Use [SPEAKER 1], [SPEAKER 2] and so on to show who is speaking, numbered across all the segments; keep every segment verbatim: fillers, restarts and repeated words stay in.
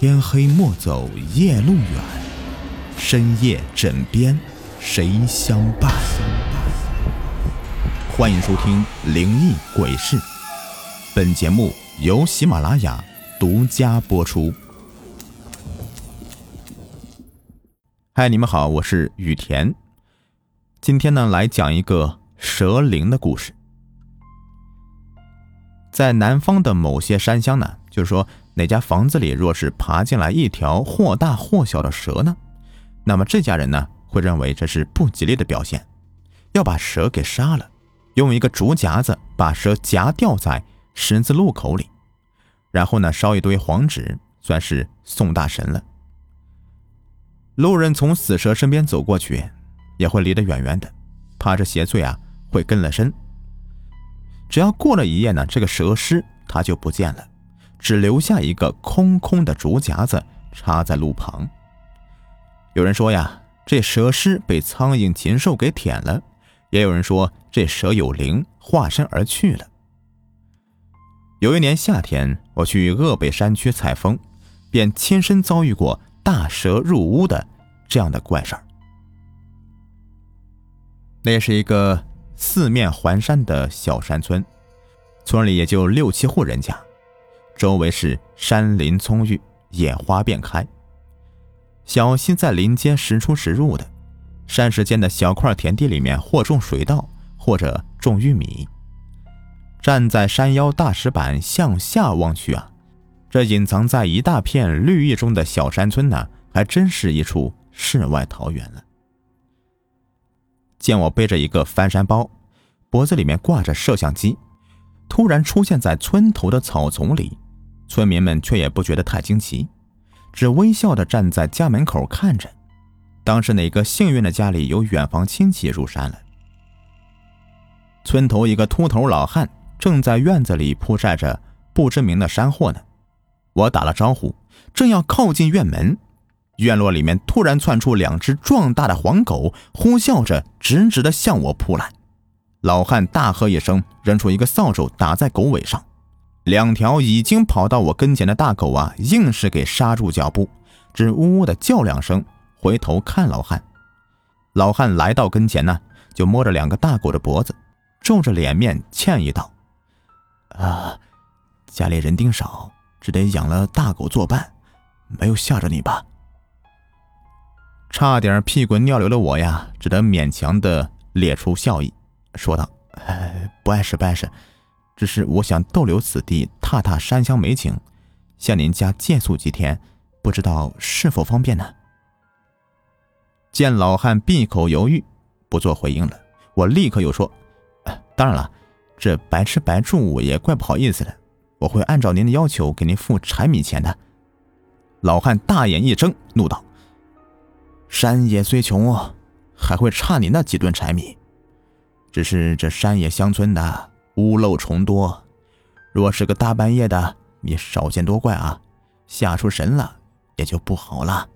[SPEAKER 1] 天黑莫走夜路远，深夜枕边谁相伴。欢迎收听灵异鬼事，本节目由喜马拉雅独家播出。嗨，你们好，我是雨田。今天呢，来讲一个蛇灵的故事。在南方的某些山乡呢，就是说哪家房子里若是爬进来一条或大或小的蛇呢，那么这家人呢会认为这是不吉利的表现，要把蛇给杀了，用一个竹夹子把蛇夹吊在十字路口里，然后呢烧一堆黄纸，算是送大神了。路人从死蛇身边走过去，也会离得远远的，怕这邪祟啊会跟了身。只要过了一夜呢，这个蛇尸它就不见了，只留下一个空空的竹夹子插在路旁。有人说呀，这蛇尸被苍蝇禽兽给舔了，也有人说这蛇有灵，化身而去了。有一年夏天，我去鄂北山区采风，便亲身遭遇过大蛇入屋的这样的怪事儿。那是一个四面环山的小山村，村里也就六七户人家，周围是山林葱郁，野花遍开。小溪在林间时出时入的，山石间的小块田地里面或种水稻，或者种玉米。站在山腰大石板向下望去啊，这隐藏在一大片绿意中的小山村呢，还真是一处世外桃源了。见我背着一个翻山包，脖子里面挂着摄像机，突然出现在村头的草丛里，村民们却也不觉得太惊奇，只微笑地站在家门口看着。当是哪个幸运的家里有远房亲戚入山了。村头一个秃头老汉正在院子里铺晒着不知名的山货呢。我打了招呼，正要靠近院门，院落里面突然窜出两只壮大的黄狗，呼啸着直直地向我扑来。老汉大喝一声，扔出一个扫帚打在狗尾上，两条已经跑到我跟前的大狗啊，硬是给刹住脚步，只呜呜的叫两声，回头看老汉。老汉来到跟前呢，就摸着两个大狗的脖子，皱着脸面歉意道：啊，家里人丁少，只得养了大狗作伴，没有吓着你吧？差点屁滚尿流的我呀，只得勉强的咧出笑意，说道：哎，不碍事不碍事，只是我想逗留此地，踏踏山乡美景，向您家借宿几天，不知道是否方便呢？见老汉闭口犹豫，不做回应了，我立刻又说：当然了，这白吃白住也怪不好意思的，我会按照您的要求给您付柴米钱的。老汉大眼一睁，怒道：山野虽穷，还会差你那几吨柴米，只是这山野乡村的屋漏虫多，若是个大半夜的，你少见多怪啊，吓出神了也就不好了。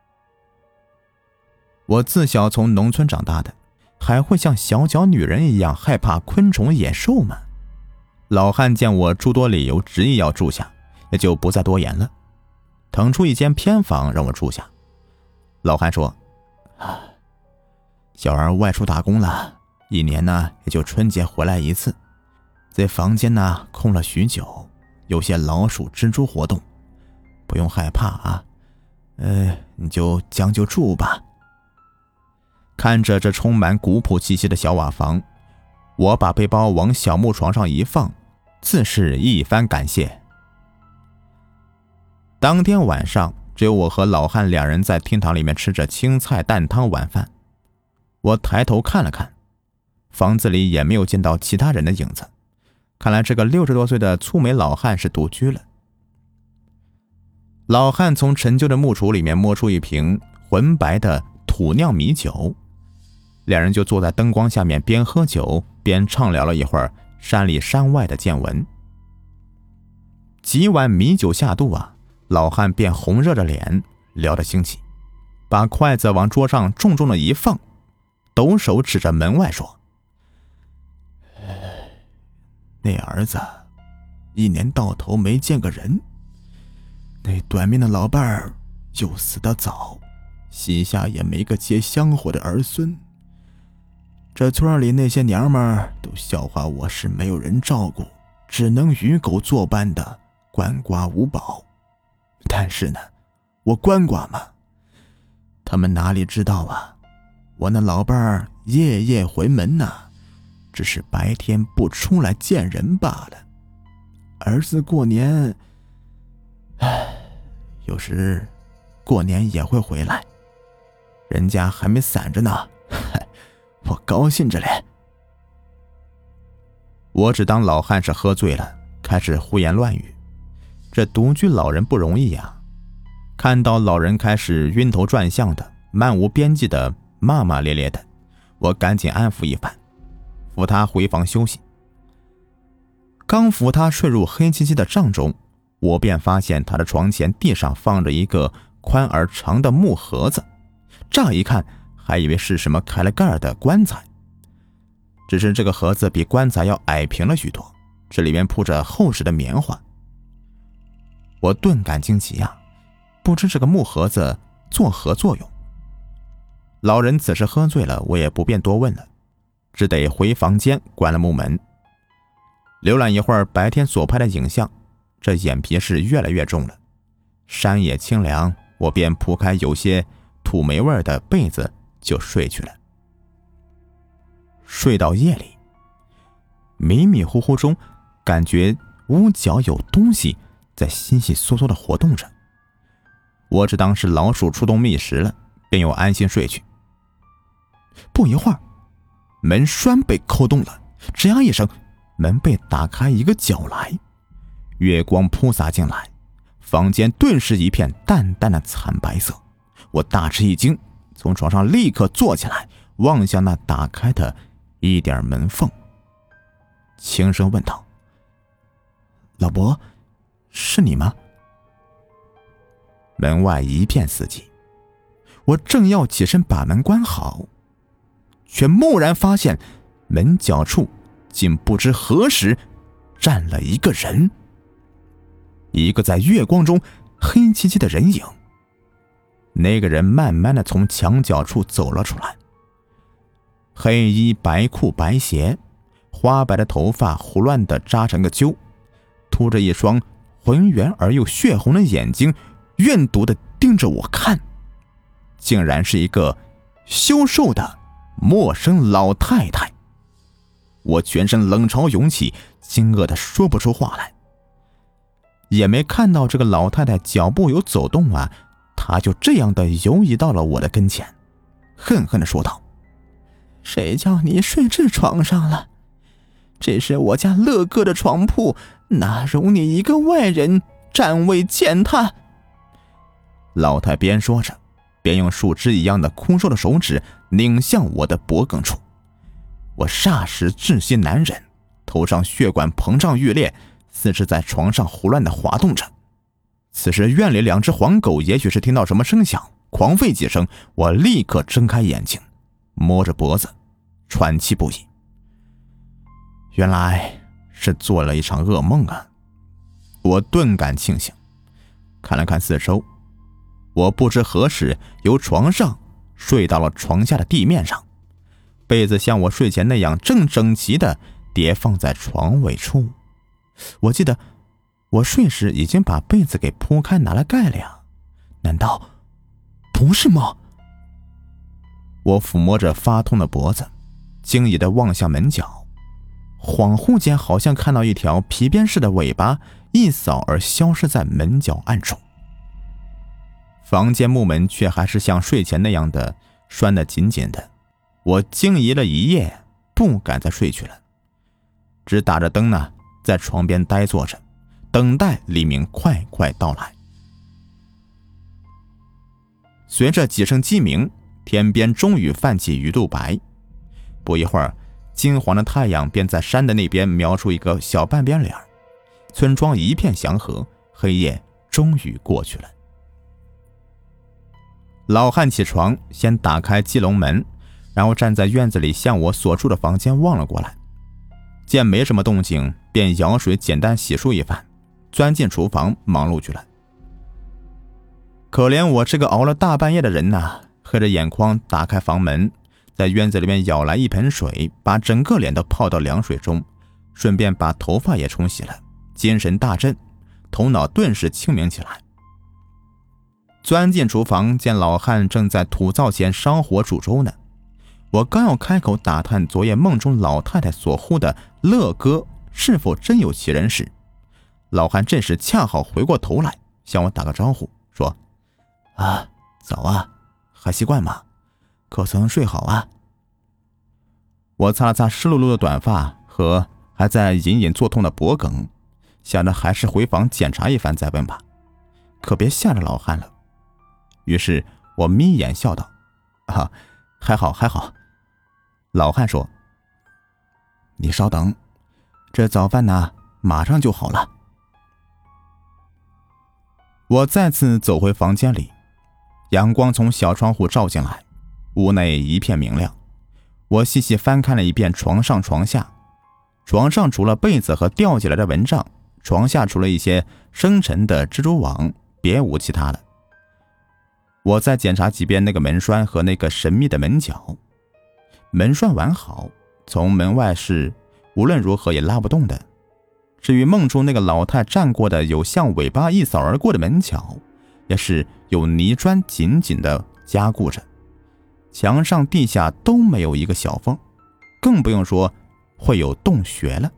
[SPEAKER 1] 我自小从农村长大的，还会像小脚女人一样害怕昆虫野兽吗？老汉见我诸多理由执意要住下，也就不再多言了，腾出一间偏房让我住下。老汉说：啊，小儿外出打工了，一年呢也就春节回来一次，这房间呢空了许久，有些老鼠蜘蛛活动，不用害怕啊，呃，你就将就住吧。看着这充满古朴气息的小瓦房，我把背包往小木床上一放，自是一番感谢。当天晚上，只有我和老汉两人在厅堂里面吃着青菜蛋汤晚饭。我抬头看了看，房子里也没有见到其他人的影子，看来这个六十多岁的粗眉老汉是独居了。老汉从陈旧的木橱里面摸出一瓶浑白的土酿米酒，两人就坐在灯光下面边喝酒边畅聊了一会儿山里山外的见闻。几碗米酒下肚啊，老汉便红热着脸聊得兴起，把筷子往桌上重重的一放，抖手指着门外说：那儿子一年到头没见个人， 那短命的老伴儿又死得早，膝下也没个接香火的儿孙。这村里那些娘们儿都笑话我是没有人照顾，只能与狗作伴的鳏寡无宝。但是呢，我鳏寡嘛，他们哪里知道啊，我那老伴儿夜夜回门呐、啊，只是白天不出来见人罢了。儿子过年，唉，有时过年也会回来，人家还没散着呢，我高兴着嘞。我只当老汉是喝醉了，开始胡言乱语。这独居老人不容易呀、啊，看到老人开始晕头转向的，漫无边际的骂骂咧咧的，我赶紧安抚一番，扶他回房休息。刚扶他睡入黑漆漆的帐中，我便发现他的床前地上放着一个宽而长的木盒子，乍一看还以为是什么开了盖的棺材，只是这个盒子比棺材要矮平了许多，这里面铺着厚实的棉花。我顿感惊奇啊，不知这个木盒子作何作用。老人此时喝醉了，我也不便多问了，只得回房间关了木门。浏览一会儿白天所拍的影像，这眼皮是越来越重了。山也清凉，我便铺开有些土霉味的被子就睡去了。睡到夜里，迷迷糊糊中感觉屋角有东西在悉悉嗦嗦地活动着，我只当是老鼠出动觅食了，便又安心睡去。不一会儿，门栓被扣动了，吱呀一声，门被打开一个角来，月光铺洒进来，房间顿时一片淡淡的惨白色。我大吃一惊，从床上立刻坐起来，望向那打开的一点门缝，轻声问道：“老伯，是你吗？”门外一片死寂，我正要起身把门关好，却蓦然发现门角处竟不知何时站了一个人，一个在月光中黑漆漆的人影。那个人慢慢地从墙角处走了出来，黑衣白裤白鞋，花白的头发胡乱地扎成个揪，凸着一双浑圆而又血红的眼睛，怨毒地盯着我看，竟然是一个消瘦的陌生老太太。我全身冷潮涌起，惊愕地说不出话来。也没看到这个老太太脚步有走动啊，她就这样的游移到了我的跟前，恨恨地说道：“谁叫你睡这床上了？这是我家乐哥的床铺，哪容你一个外人占位践踏？”老太边说着，边用树枝一样的枯瘦的手指拧向我的脖颈处。我霎时窒息难忍，头上血管膨胀欲裂，四肢在床上胡乱地滑动着。此时院里两只黄狗也许是听到什么声响，狂吠几声，我立刻睁开眼睛，摸着脖子喘气不已。原来是做了一场噩梦啊！我顿感庆幸，看了看四周，我不知何时由床上睡到了床下的地面上，被子像我睡前那样正整齐地叠放在床尾处。我记得我睡时已经把被子给铺开拿了盖了呀，难道不是吗？我抚摸着发痛的脖子，惊疑地望向门角，恍惚间好像看到一条皮鞭似的尾巴一扫而消失在门角暗处。房间木门却还是像睡前那样的拴得紧紧的。我惊疑了一夜，不敢再睡去了，只打着灯呢，在床边呆坐着，等待黎明快快到来。随着几声鸡鸣，天边终于泛起鱼肚白，不一会儿，金黄的太阳便在山的那边描出一个小半边脸，村庄一片祥和，黑夜终于过去了。老汉起床，先打开鸡笼门，然后站在院子里向我所住的房间望了过来，见没什么动静，便舀水简单洗漱一番，钻进厨房忙碌去了。 可怜我这个熬了大半夜的人呐，黑着眼眶打开房门，在院子里面舀来一盆水，把整个脸都泡到凉水中，顺便把头发也冲洗了，精神大振，头脑顿时清明起来。钻进厨房，见老汉正在土灶前烧火煮粥呢。我刚要开口打探昨夜梦中老太太所呼的乐哥是否真有其人时，老汉这时恰好回过头来向我打个招呼，说：啊，早啊，还习惯吗？可曾睡好啊？我擦了擦湿漉漉的短发和还在隐隐作痛的脖梗，想着还是回房检查一番再问吧，可别吓着老汉了。于是我眯眼笑道：啊，还好还好。老汉说：你稍等，这早饭呢马上就好了。我再次走回房间里，阳光从小窗户照进来，屋内一片明亮。我细细翻看了一遍床上床下，床上除了被子和吊起来的蚊帐，床下除了一些生沉的蜘蛛网，别无其他的。我再检查几遍那个门栓和那个神秘的门角，门栓完好，从门外是无论如何也拉不动的。至于梦中那个老太站过的有像尾巴一扫而过的门角，也是有泥砖紧紧地加固着，墙上地下都没有一个小缝，更不用说会有洞穴了。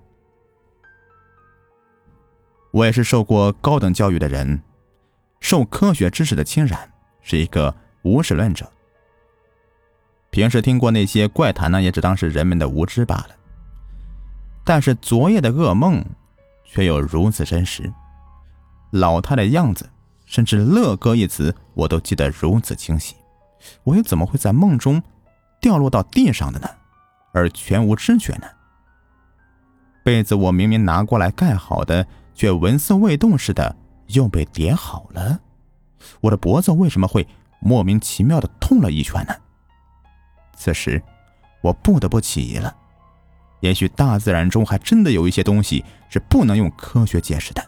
[SPEAKER 1] 我也是受过高等教育的人，受科学知识的侵染，是一个无神论者。平时听过那些怪谈呢，也只当是人们的无知罢了。但是昨夜的噩梦却又如此真实，老太的样子，甚至乐哥一词我都记得如此清晰，我又怎么会在梦中掉落到地上的呢，而全无知觉呢？被子我明明拿过来盖好的，却纹丝未动似的又被叠好了。我的脖子为什么会莫名其妙的痛了一圈呢？此时我不得不起疑了，也许大自然中还真的有一些东西是不能用科学解释的。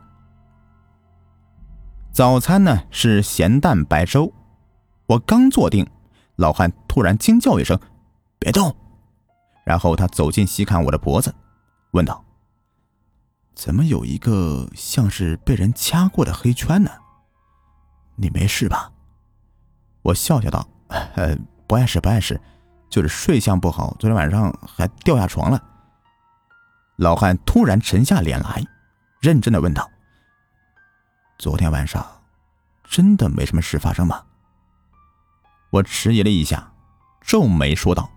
[SPEAKER 1] 早餐呢是咸蛋白粥，我刚坐定，老汉突然惊叫一声：别动！然后他走近细看我的脖子，问道：怎么有一个像是被人掐过的黑圈呢？你没事吧？我笑笑道：呃，不碍事不碍事，就是睡相不好，昨天晚上还掉下床了。老汉突然沉下脸来，认真地问道：昨天晚上真的没什么事发生吗？我迟疑了一下，皱眉说道：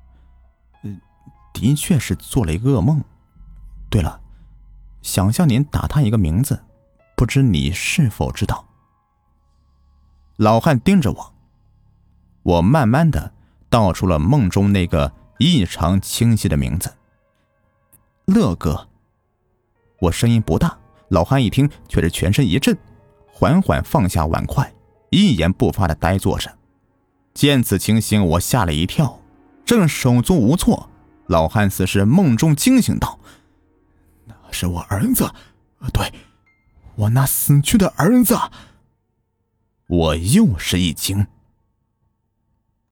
[SPEAKER 1] 的确是做了一个噩梦。对了，想向您打探一个名字，不知你是否知道？老汉盯着我，我慢慢的道出了梦中那个异常清晰的名字：乐哥。我声音不大，老汉一听却是全身一震，缓缓放下碗筷，一言不发的呆坐着。见此情形，我吓了一跳，正手足无措，老汉似是梦中惊醒道：那是我儿子，对，我那死去的儿子。我又是一惊。